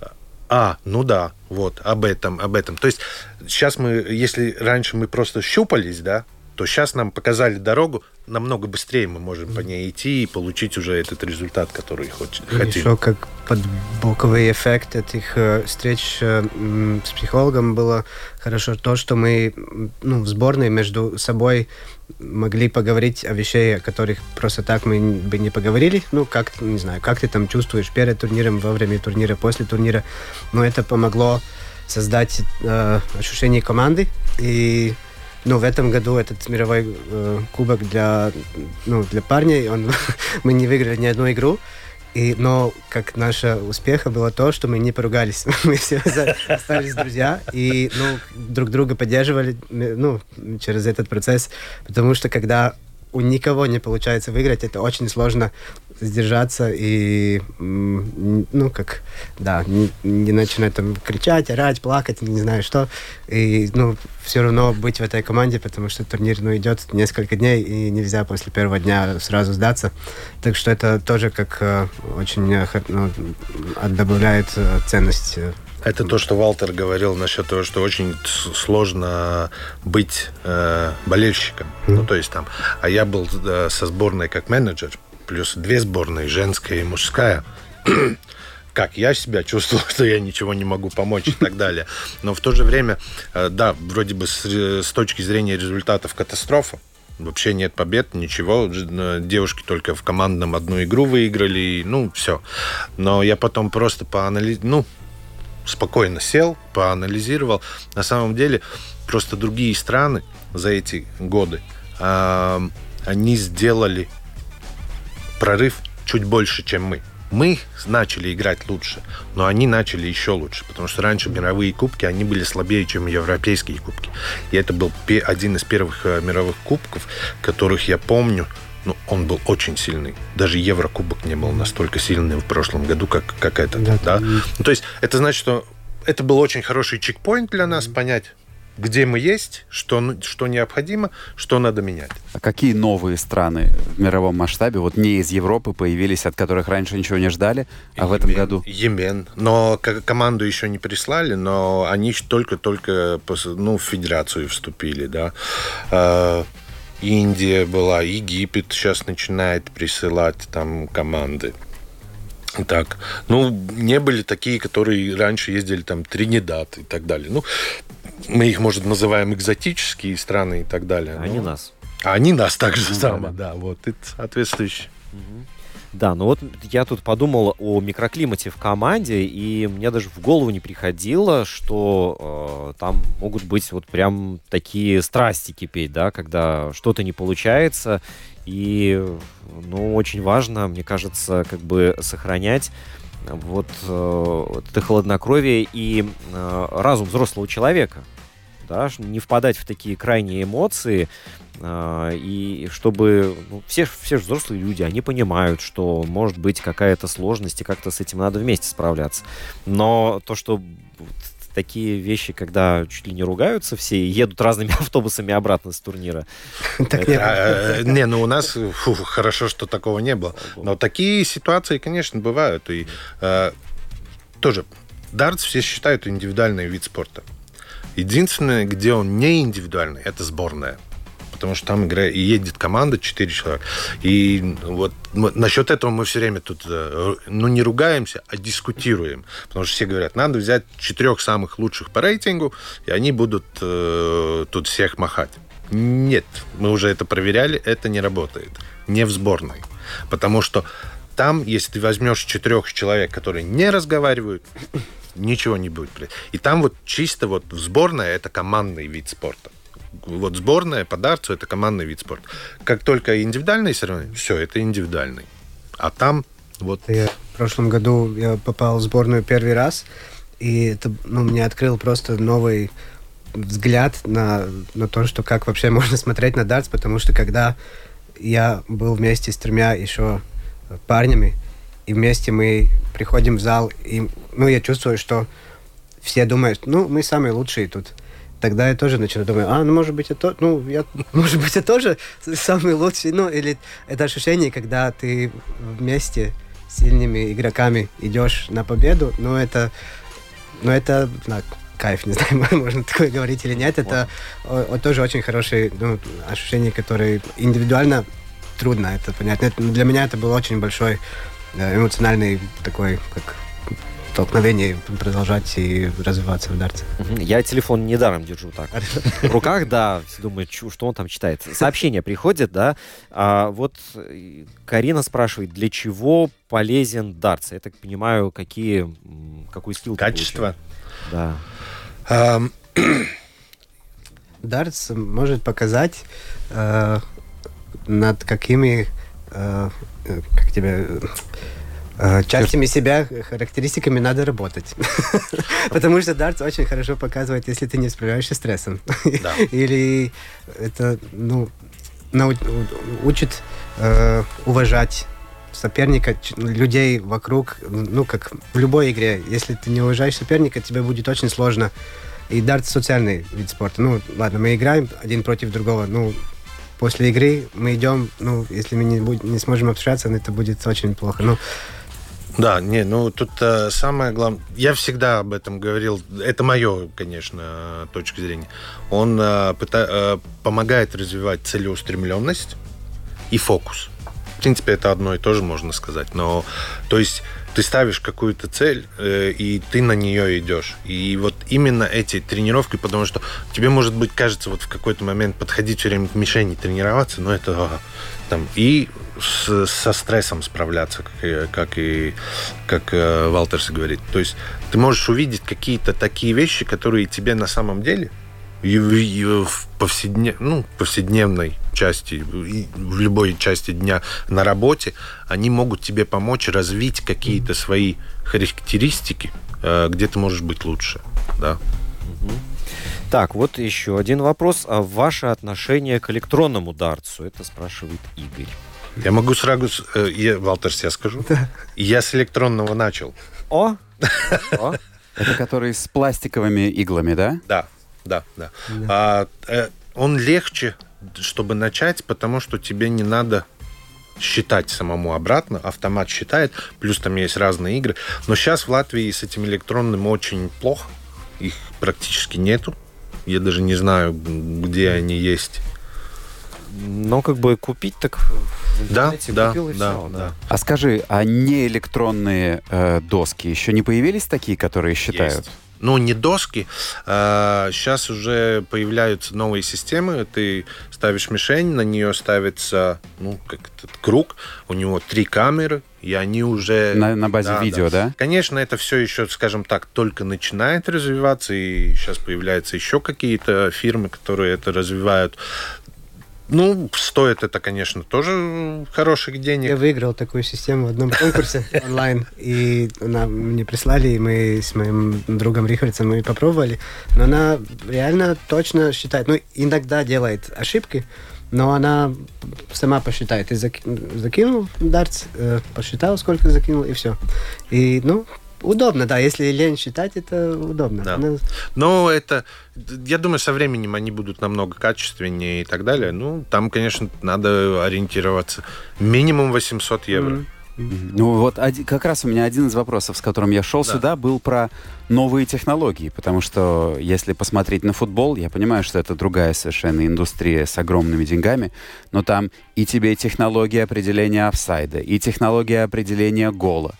А, ну да, вот, об этом, об этом. То есть сейчас мы, если раньше мы просто щупались, да, то сейчас нам показали дорогу, намного быстрее мы можем по ней идти и получить уже этот результат, который хоч- И хотим. еще как подбоковый эффект этих э, встреч э, м, с психологом было хорошо то, что мы м, ну, в сборной между собой могли поговорить о вещах, о которых просто так мы бы не поговорили. Ну, как, не знаю, как ты там чувствуешь перед турниром, во время турнира, после турнира. Но это помогло создать э, ощущение команды. И ну, в этом году этот мировой э, кубок для, ну, для парней, он, мы не выиграли ни одну игру. И, но как наше успеха было то, что мы не поругались. Мы все за- остались друзья и ну, друг друга поддерживали ну, через этот процесс. Потому что когда у никого не получается выиграть, это очень сложно сдержаться и, м, ну, как, да, не, не начинать там кричать, орать, плакать, не знаю что. И, ну, все равно быть в этой команде, потому что турнир, ну, идет несколько дней, и нельзя после первого дня сразу сдаться. Так что это тоже как э, очень э, х- ну, добавляет э, ценность. э, Это то, что Валтер говорил насчет того, что очень с- сложно быть э, болельщиком. Mm-hmm. Ну, то есть там... А я был э, со сборной как менеджер, плюс две сборные, женская и мужская. Как я себя чувствовал, что я ничего не могу помочь и так далее. Но в то же время, э, да, вроде бы с, с точки зрения результатов катастрофа. Вообще нет побед, ничего. Девушки только в командном одну игру выиграли, и, ну, все. Но я потом просто поанализировал... Ну, спокойно сел, поанализировал. На самом деле, просто другие страны за эти годы, э, они сделали прорыв чуть больше, чем мы. Мы начали играть лучше, но они начали еще лучше, потому что раньше мировые кубки, они были слабее, чем европейские кубки. И это был один из первых мировых кубков, которых я помню. Ну, он был очень сильный. Даже Еврокубок не был настолько сильный в прошлом году, как, как этот. Да, да? Ну, то есть это значит, что это был очень хороший чекпоинт для нас, понять, где мы есть, что, что необходимо, что надо менять. А какие новые страны в мировом масштабе, вот не из Европы, появились, от которых раньше ничего не ждали, а Йемен, в этом году? Йемен. Но команду еще не прислали, но они только-только ну, в федерацию вступили, да. Индия была, Египет сейчас начинает присылать там команды. Так, ну, не были такие, которые раньше ездили, там, Тринидад и так далее. Ну, мы их, может, называем экзотические страны и так далее. Они но... нас. А они нас так же само, да, вот, это соответствующее. Да, ну вот я тут подумал о микроклимате в команде, и мне даже в голову не приходило, что э, там могут быть вот прям такие страсти кипеть, да, когда что-то не получается, и, ну, очень важно, мне кажется, как бы сохранять вот э, это хладнокровие и э, разум взрослого человека, да, не впадать в такие крайние эмоции, а, и чтобы ну, все, все же взрослые люди, они понимают, что может быть какая-то сложность, и как-то с этим надо вместе справляться. Но то, что такие вещи, когда чуть ли не ругаются все и едут разными автобусами обратно с турнира. Не, ну у нас хорошо, что такого не было. Но такие ситуации, конечно, бывают. И тоже дартс все считают индивидуальный вид спорта. Единственное, где он не индивидуальный, это сборная. Потому что там играет, и едет команда четыре человека. И вот мы, насчет этого мы все время тут, ну, не ругаемся, а дискутируем. Потому что все говорят, надо взять четырех самых лучших по рейтингу, и они будут э, тут всех махать. Нет, мы уже это проверяли, это не работает. Не в сборной. Потому что там, если ты возьмешь четырех человек, которые не разговаривают, ничего не будет. И там вот чисто вот в сборной это командный вид спорта. Вот сборная по дартсу это командный вид спорта. Как только индивидуальные соревнования, все, это индивидуальный. А там вот... Я в прошлом году я попал в сборную первый раз, и это ну, мне открыл просто новый взгляд на, на то, что как вообще можно смотреть на дартс, потому что когда я был вместе с тремя еще парнями, и вместе мы приходим в зал, и ну, я чувствую, что все думают, ну, мы самые лучшие тут. Тогда я тоже начинаю думать, а, ну, может быть, я, то, ну, я, может быть, я тоже самый лучший. Ну, или это ощущение, когда ты вместе с сильными игроками идешь на победу, ну, это, ну, это ну, кайф, не знаю, можно такое говорить или нет. Это о, о, тоже очень хорошее ну, ощущение, которое индивидуально трудно это понять. Это, для меня это был очень большой эмоциональный такой, как... столкновение продолжать и развиваться в дартсе. Я телефон недаром держу так. В руках, да, думаю, что он там читает. Сообщение приходит, да. А вот Карина спрашивает, для чего полезен дартс? Я так понимаю, какие, какой скилл ты Качество. Да. Um... Дартс может показать, э, над какими э, как тебе... частями себя, характеристиками надо работать. Потому что дартс очень хорошо показывает, если ты не справляешься с стрессом. Да. Или это, ну, нау- учит э, уважать соперника, людей вокруг, ну, как в любой игре. Если ты не уважаешь соперника, тебе будет очень сложно. И дартс социальный вид спорта. Ну, ладно, мы играем один против другого, ну, после игры мы идем, ну, если мы не, будь, не сможем общаться, это будет очень плохо. Ну, Да, не, ну тут э, самое главное, я всегда об этом говорил, это мое, конечно, точка зрения. Он э, пыта, э, помогает развивать целеустремленность и фокус. В принципе, это одно и то же можно сказать. Но, то есть, ты ставишь какую-то цель, э, и ты на нее идешь. И вот именно эти тренировки, потому что тебе, может быть, кажется, вот в какой-то момент подходить все время к мишени, тренироваться, но это а, там и с, со стрессом справляться, как и, как, и, как э, Валтерс говорит. То есть ты можешь увидеть какие-то такие вещи, которые тебе на самом деле и в, и в повседнев, ну, повседневной части, в любой части дня на работе, они могут тебе помочь развить какие-то свои характеристики, где ты можешь быть лучше. Да. Так, вот еще один вопрос. А ваше отношение к электронному дартсу? Это спрашивает Игорь. Я могу сразу... Я, Валтерс, я скажу. Я с электронного начал. О! О. Это который с пластиковыми иглами, да? Да. Да, да. да. А, э, он легче, чтобы начать, потому что тебе не надо считать самому обратно. Автомат считает, плюс там есть разные игры. Но сейчас в Латвии с этим электронным очень плохо. Их практически нету. Я даже не знаю, где они есть. Но как бы купить так в интернете да, купил да, и да, все. да. Да. А скажи, а не электронные э, доски еще не появились такие, которые считают? Есть. Ну, не доски. А, сейчас уже появляются новые системы. Ты ставишь мишень, на нее ставится, ну, как этот круг. У него три камеры, и они уже... На, на базе да, видео, да. да? Конечно, это все еще, скажем так, только начинает развиваться, и сейчас появляются еще какие-то фирмы, которые это развивают. Ну, стоит это, конечно, тоже хороших денег. Я выиграл такую систему в одном конкурсе онлайн, и нам мне прислали, и мы с моим другом Рихардсом мы попробовали, но она реально точно считает, ну, иногда делает ошибки, но она сама посчитает. Ты заки- закинул дартс, э, посчитал, сколько закинул, и все. И, ну, удобно, да. Если лень считать, это удобно. Да. Она- Но это, я думаю, со временем они будут намного качественнее и так далее. Ну, там, конечно, надо ориентироваться. Минимум восемьсот евро. Мгм. Ну вот оди- как раз у меня один из вопросов, с которым я шел Да. сюда, был про новые технологии, потому что если посмотреть на футбол, я понимаю, что это другая совершенно индустрия с огромными деньгами, но там и тебе технология определения офсайда, и технология определения гола,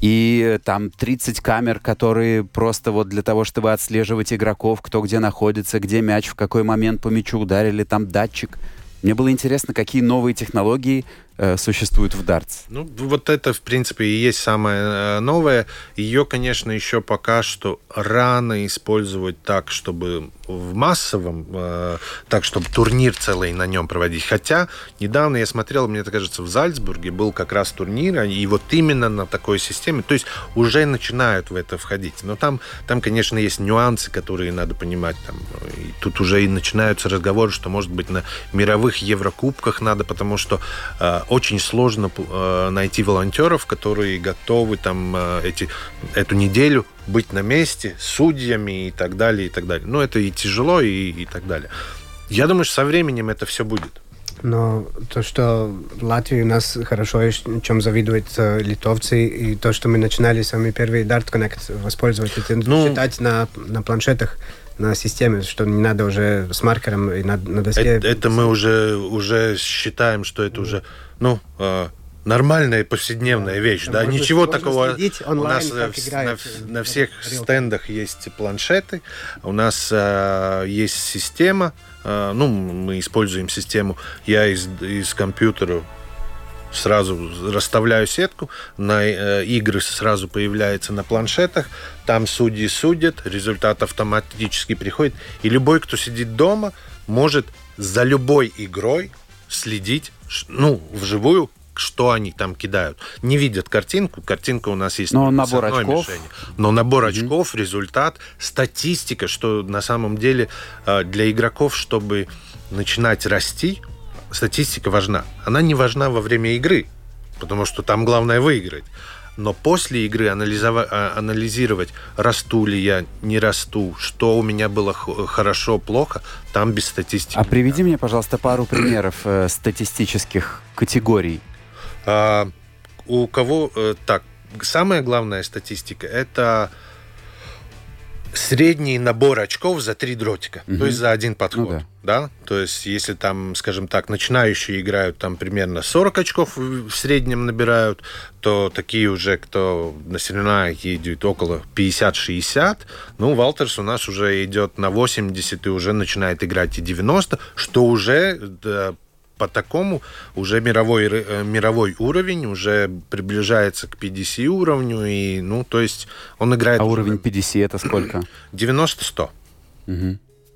и там тридцать камер, которые просто вот для того, чтобы отслеживать игроков, кто где находится, где мяч, в какой момент по мячу ударили, там датчик. Мне было интересно, какие новые технологии э, существуют в дартс. Ну, вот это, в принципе, и есть самое э, новое. Ее, конечно, еще пока что рано использовать так, чтобы в массовом, э, так, чтобы турнир целый на нем проводить. Хотя недавно я смотрел, мне кажется, в Зальцбурге был как раз турнир, и вот именно на такой системе, то есть уже начинают в это входить. Но там, там конечно, есть нюансы, которые надо понимать. Там, и тут уже и начинаются разговоры, что, может быть, на мировых Еврокубках надо, потому что э, очень сложно э, найти волонтеров, которые готовы там э, эти, эту неделю быть на месте с судьями и так далее, и так далее. Ну, это и тяжело, и, и так далее. Я думаю, что со временем это все будет. Но то, что в Латвии у нас хорошо, и чем завидуют э, литовцы, и то, что мы начинали самый первый Dart Connect воспользовать, это Ну, считать на, на планшетах, на системе, что не надо уже с маркером и на, на доске. Это, это мы уже, уже считаем, что это уже, ну, э, нормальная повседневная вещь. Да, Можно- ничего можно такого. следить У онлайн, нас как в- играет, на, на э, всех real-time. стендах есть планшеты, у нас э, есть система. Э, ну, мы используем систему. Я из, из компьютера сразу расставляю сетку, на э, игры сразу появляется на планшетах, там судьи судят, результат автоматически приходит, и любой, кто сидит дома, может за любой игрой следить, ш- ну, вживую, что они там кидают. Не видят картинку, картинка у нас есть Но только набор с одной очков. мишени. Но набор очков, результат, статистика, что на самом деле э, для игроков, чтобы начинать расти, статистика важна. Она не важна во время игры, потому что там главное выиграть. Но после игры анализова- а, анализировать, расту ли я, не расту, что у меня было х- хорошо, плохо, там без статистики. А приведи мне, пожалуйста, пару примеров э, статистических категорий. А, у кого... э, так, самая главная статистика – это средний набор очков за три дротика, Мгм. то есть за один подход. Ну да. Да? То есть если там, скажем так, начинающие играют там примерно сорок очков в среднем набирают, то такие уже, кто на соревнованиях едет около пятьдесят-шестьдесят, ну, Валтерс у нас уже идет на восемьдесят и уже начинает играть и девяносто, что уже... да, по такому уже мировой, э, мировой уровень уже приближается к пятидесяти уровню, и, ну, то есть он играет... А уже уровень на пятьдесят это сколько? девяносто-сто. Мгм.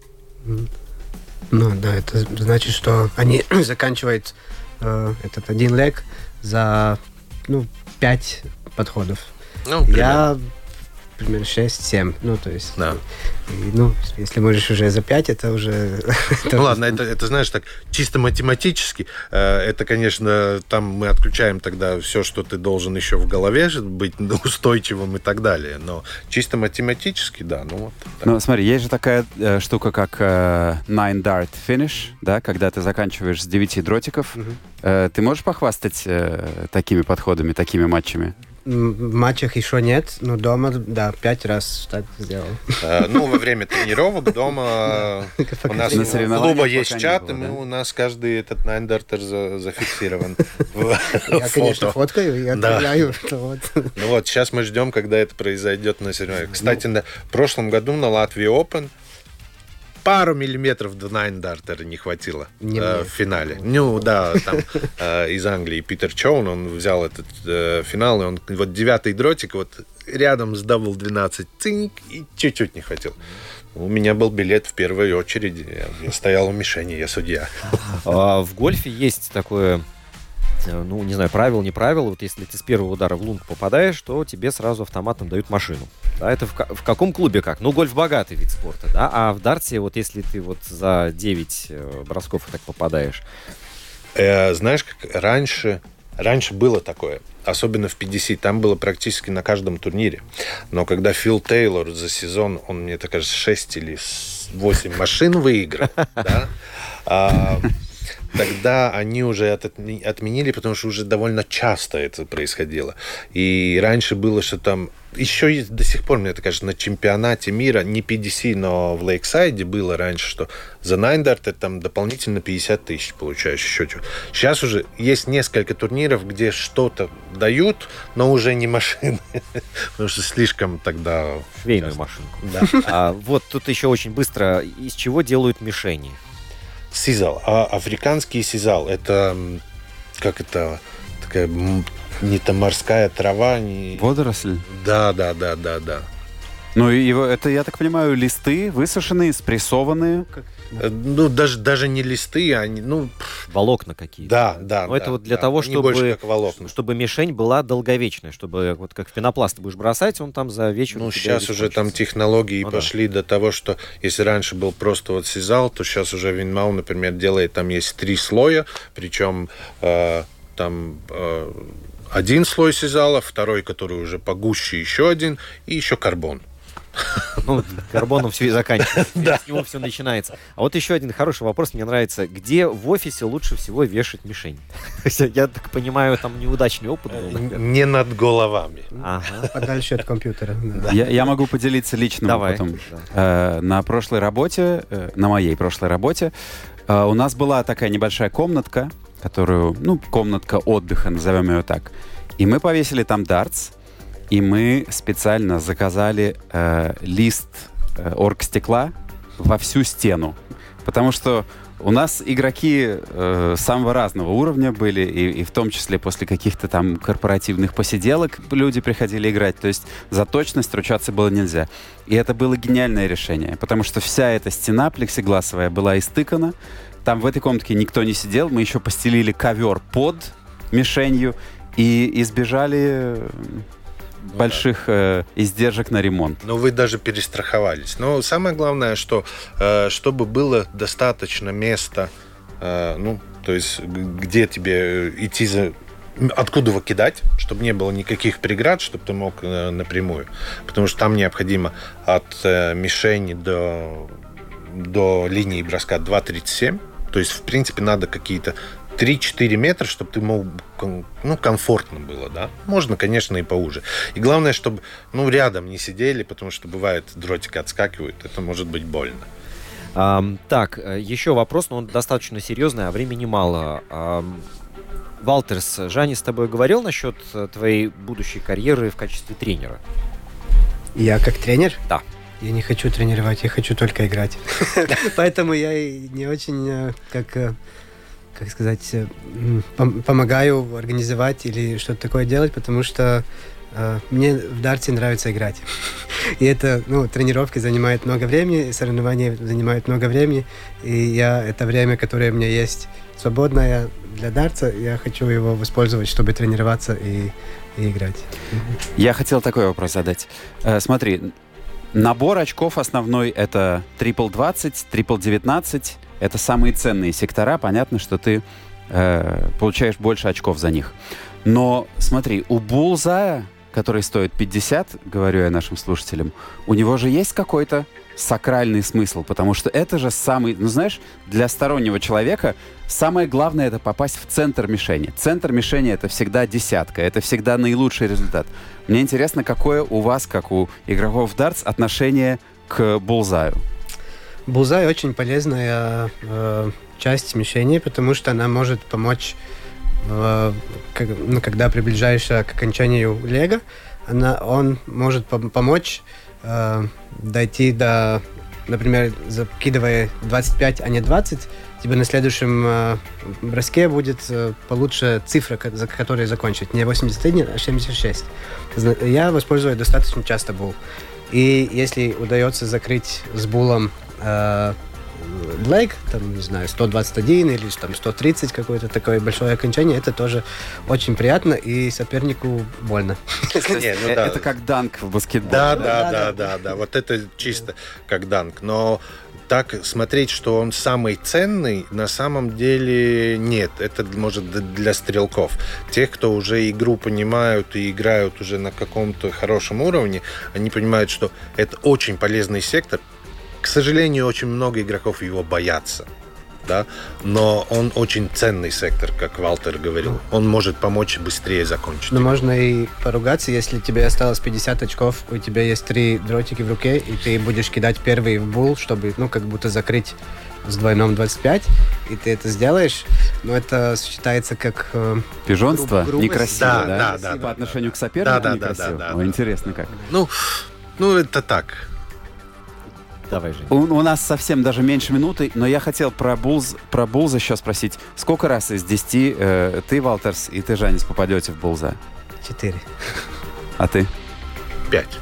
Ну, да, это значит, что они заканчивают э, этот один лег за, ну, пять подходов. Ну, примерно. Я примерно шесть-семь, ну, то есть... Да. И, ну, если можешь уже за пять, это уже... Ну ладно, это, это, знаешь, так чисто математически, э, это, конечно, там мы отключаем тогда все, что ты должен еще в голове быть устойчивым и так далее. Но чисто математически, да, ну вот. так. Ну, смотри, есть же такая э, штука, как э, nine dart finish, да, когда ты заканчиваешь с девяти дротиков. Э, ты можешь похвастать э, такими подходами, такими матчами? М, В матчах еще нет, но дома, да, пять раз так сделал. Э, Ну, во время тренировок дома у нас На у соревнованиях клуба есть пока не чат, было, и мы, да? у нас каждый этот найндартер за- зафиксирован в Я, конечно, фото. фоткаю и Да. отправляю. что вот. Ну вот, сейчас мы ждем, когда это произойдет на соревнованиях. Кстати, на- в прошлом году на Латвии Open пару миллиметров до найндартера не хватило Не э, мне. в финале. Ну, да, там э, из Англии Питер Чоун, он взял этот э, финал, и он вот девятый дротик вот рядом с дабл двенадцать, цинк, и чуть-чуть не хватило. У меня был билет в первой очереди. Я, я стоял у мишени, я судья. А, В гольфе есть такое ну, не знаю, правило, не правило, вот если ты с первого удара в лунг попадаешь, то тебе сразу автоматом дают машину. Да, это в, в каком клубе как? Ну, гольф богатый вид спорта, да, а в дартсе, вот если ты вот за девять бросков так попадаешь. Э, знаешь, как раньше, раньше было такое, особенно в пи ди си, там было практически на каждом турнире. Но когда Фил Тейлор за сезон, он, мне так кажется, шесть или восемь машин выиграл, да, тогда они уже отменили, потому что уже довольно часто это происходило. И раньше было, что там... Еще есть до сих пор, мне это кажется, на чемпионате мира, не пи ди си, но в Лейксайде было раньше, что за найн дарт ты там дополнительно пятьдесят тысяч получаешь. Еще чего. Сейчас уже есть несколько турниров, где что-то дают, но уже не машины. Потому что слишком тогда... Швейную машинку. Да. А, вот тут еще очень быстро. Из чего делают мишени? Сизал. А африканский сизал. Это как это такая не то морская трава, не... Водоросль? Да, да, да, да, да. Ну, его, это, я так понимаю, листы высушенные, спрессованные. Ну, даже, даже не листы, они, ну... Волокна какие-то. Да, да. Но да, это вот для да. того, Они чтобы, чтобы мишень была долговечная, чтобы вот как в пенопласт будешь бросать, он там за вечер... Ну, сейчас уже там технологии ну, пошли да. до того, что если раньше был просто вот сизал, то сейчас уже Винмау, например, делает, там есть три слоя, причем э, там... Э, один слой сизала, второй, который уже погуще, еще один, и еще карбон. Ну, карбоном все и заканчивается. Да. С него все начинается. А вот еще один хороший вопрос, мне нравится. Где в офисе лучше всего вешать мишень? Я так понимаю, там неудачный опыт был. Не над головами. Ага. Подальше от компьютера. Да. Я, я могу поделиться личным Давай. опытом. Э, на прошлой работе, э, на моей прошлой работе, э, у нас была такая небольшая комнатка, которую, ну, комнатка отдыха, назовем ее так. И мы повесили там дартс, и мы специально заказали э, лист э, оргстекла во всю стену. Потому что у нас игроки э, самого разного уровня были, и, и в том числе после каких-то там корпоративных посиделок люди приходили играть. То есть за точность ручаться было нельзя. И это было гениальное решение, потому что вся эта стена плексигласовая была истыкана. Там в этой комнатке никто не сидел. Мы еще постелили ковер под мишенью и избежали больших э, издержек на ремонт. Но вы даже перестраховались. Но самое главное, что э, чтобы было достаточно места, э, ну, то есть где тебе идти за... Откуда его кидать, чтобы не было никаких преград, чтобы ты мог э, напрямую. Потому что там необходимо от э, мишени до, до линии броска два тридцать семь. То есть, в принципе, надо какие-то три-четыре метра, чтобы ты мог, ну, комфортно было, да. Можно, конечно, и поуже. И главное, чтобы, ну, рядом не сидели, потому что бывает, дротики отскакивают, это может быть больно. А, так, еще вопрос, но он достаточно серьезный, а времени мало. А, Валтерс, Жанни с тобой говорил насчет твоей будущей карьеры в качестве тренера? Я как тренер? Да. Я не хочу тренировать, я хочу только играть. Поэтому я не очень, как, как сказать, помогаю организовать или что-то такое делать, потому что мне в дарте нравится играть. И это, ну, тренировки занимают много времени, соревнования занимают много времени, и я это время, которое у меня есть свободное для дарта, я хочу его воспользовать, чтобы тренироваться и, и играть. Я хотел такой вопрос задать. Э, смотри, набор очков основной — это трипл двадцать, трипл девятнадцать. Это самые ценные сектора. Понятно, что ты э, получаешь больше очков за них. Но смотри, у Булзая, который стоит пятьдесят, говорю я нашим слушателям, у него же есть какой-то сакральный смысл, потому что это же самый, ну знаешь, для стороннего человека самое главное — это попасть в центр мишени. Центр мишени — это всегда десятка, это всегда наилучший результат. Мне интересно, какое у вас, как у игроков в дартс, отношение к булзаю? Булзай очень полезная э, часть мишени, потому что она может помочь, э, как, ну, когда приближаешься к окончанию лего, она, он может пом- помочь э, дойти до, например, закидывая двадцать пять, а не двадцать, тебе на следующем э, броске будет э, получше цифра, за которой закончить. Не восемьдесят один, а семьдесят шесть. Я воспользуюсь достаточно часто бул. И если удается закрыть с булом э, лейк, там, не знаю, сто двадцать один или там сто тридцать, какое-то такое большое окончание, это тоже очень приятно и сопернику больно. Не, ну да. Это как данк в баскетболе. Да, да, да, да, да. Вот это чисто как данк. Но так смотреть, что он самый ценный, на самом деле нет. Это может для стрелков. Тех, кто уже игру понимают и играют уже на каком-то хорошем уровне, они понимают, что это очень полезный сектор. К сожалению, очень много игроков его боятся. Да? Но он очень ценный сектор, как Валтер говорил. Он может помочь быстрее закончить. Но можно и поругаться, если тебе осталось пятьдесят очков, у тебя есть три дротики в руке, и ты будешь кидать первый в бул, чтобы, ну, как будто закрыть с двойным двадцать пять, и ты это сделаешь, но это считается как... Э, Пижонство? груб- Некрасиво, Да, да? да, да, По да, отношению да. к сопернику Да, да, некрасиво? да, да, О, да, интересно да, как. Ну, ну, это так. Давай, Жень. У, у нас совсем даже меньше минуты, но я хотел про Булз, про Булза еще спросить. Сколько раз из десяти э, ты, Валтерс, и ты, Жанис, попадете в Булза? четыре. А ты? Пять.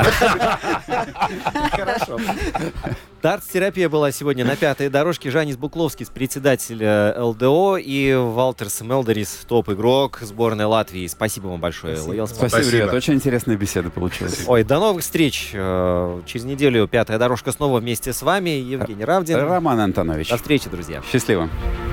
Хорошо. Дартс-терапия была сегодня на пятой дорожке. Жанис Букловский, председатель эл дэ о, и Валтерс Мелдерис, топ-игрок сборной Латвии. Спасибо вам большое. Лоял Спорт. Спасибо, Спасибо. ребят. Очень интересная беседа получилась. Ой, до новых встреч. Э, Через неделю пятая дорожка снова вместе с вами. Евгений Равдин. Роман Антонович. До встречи, друзья. Счастливо.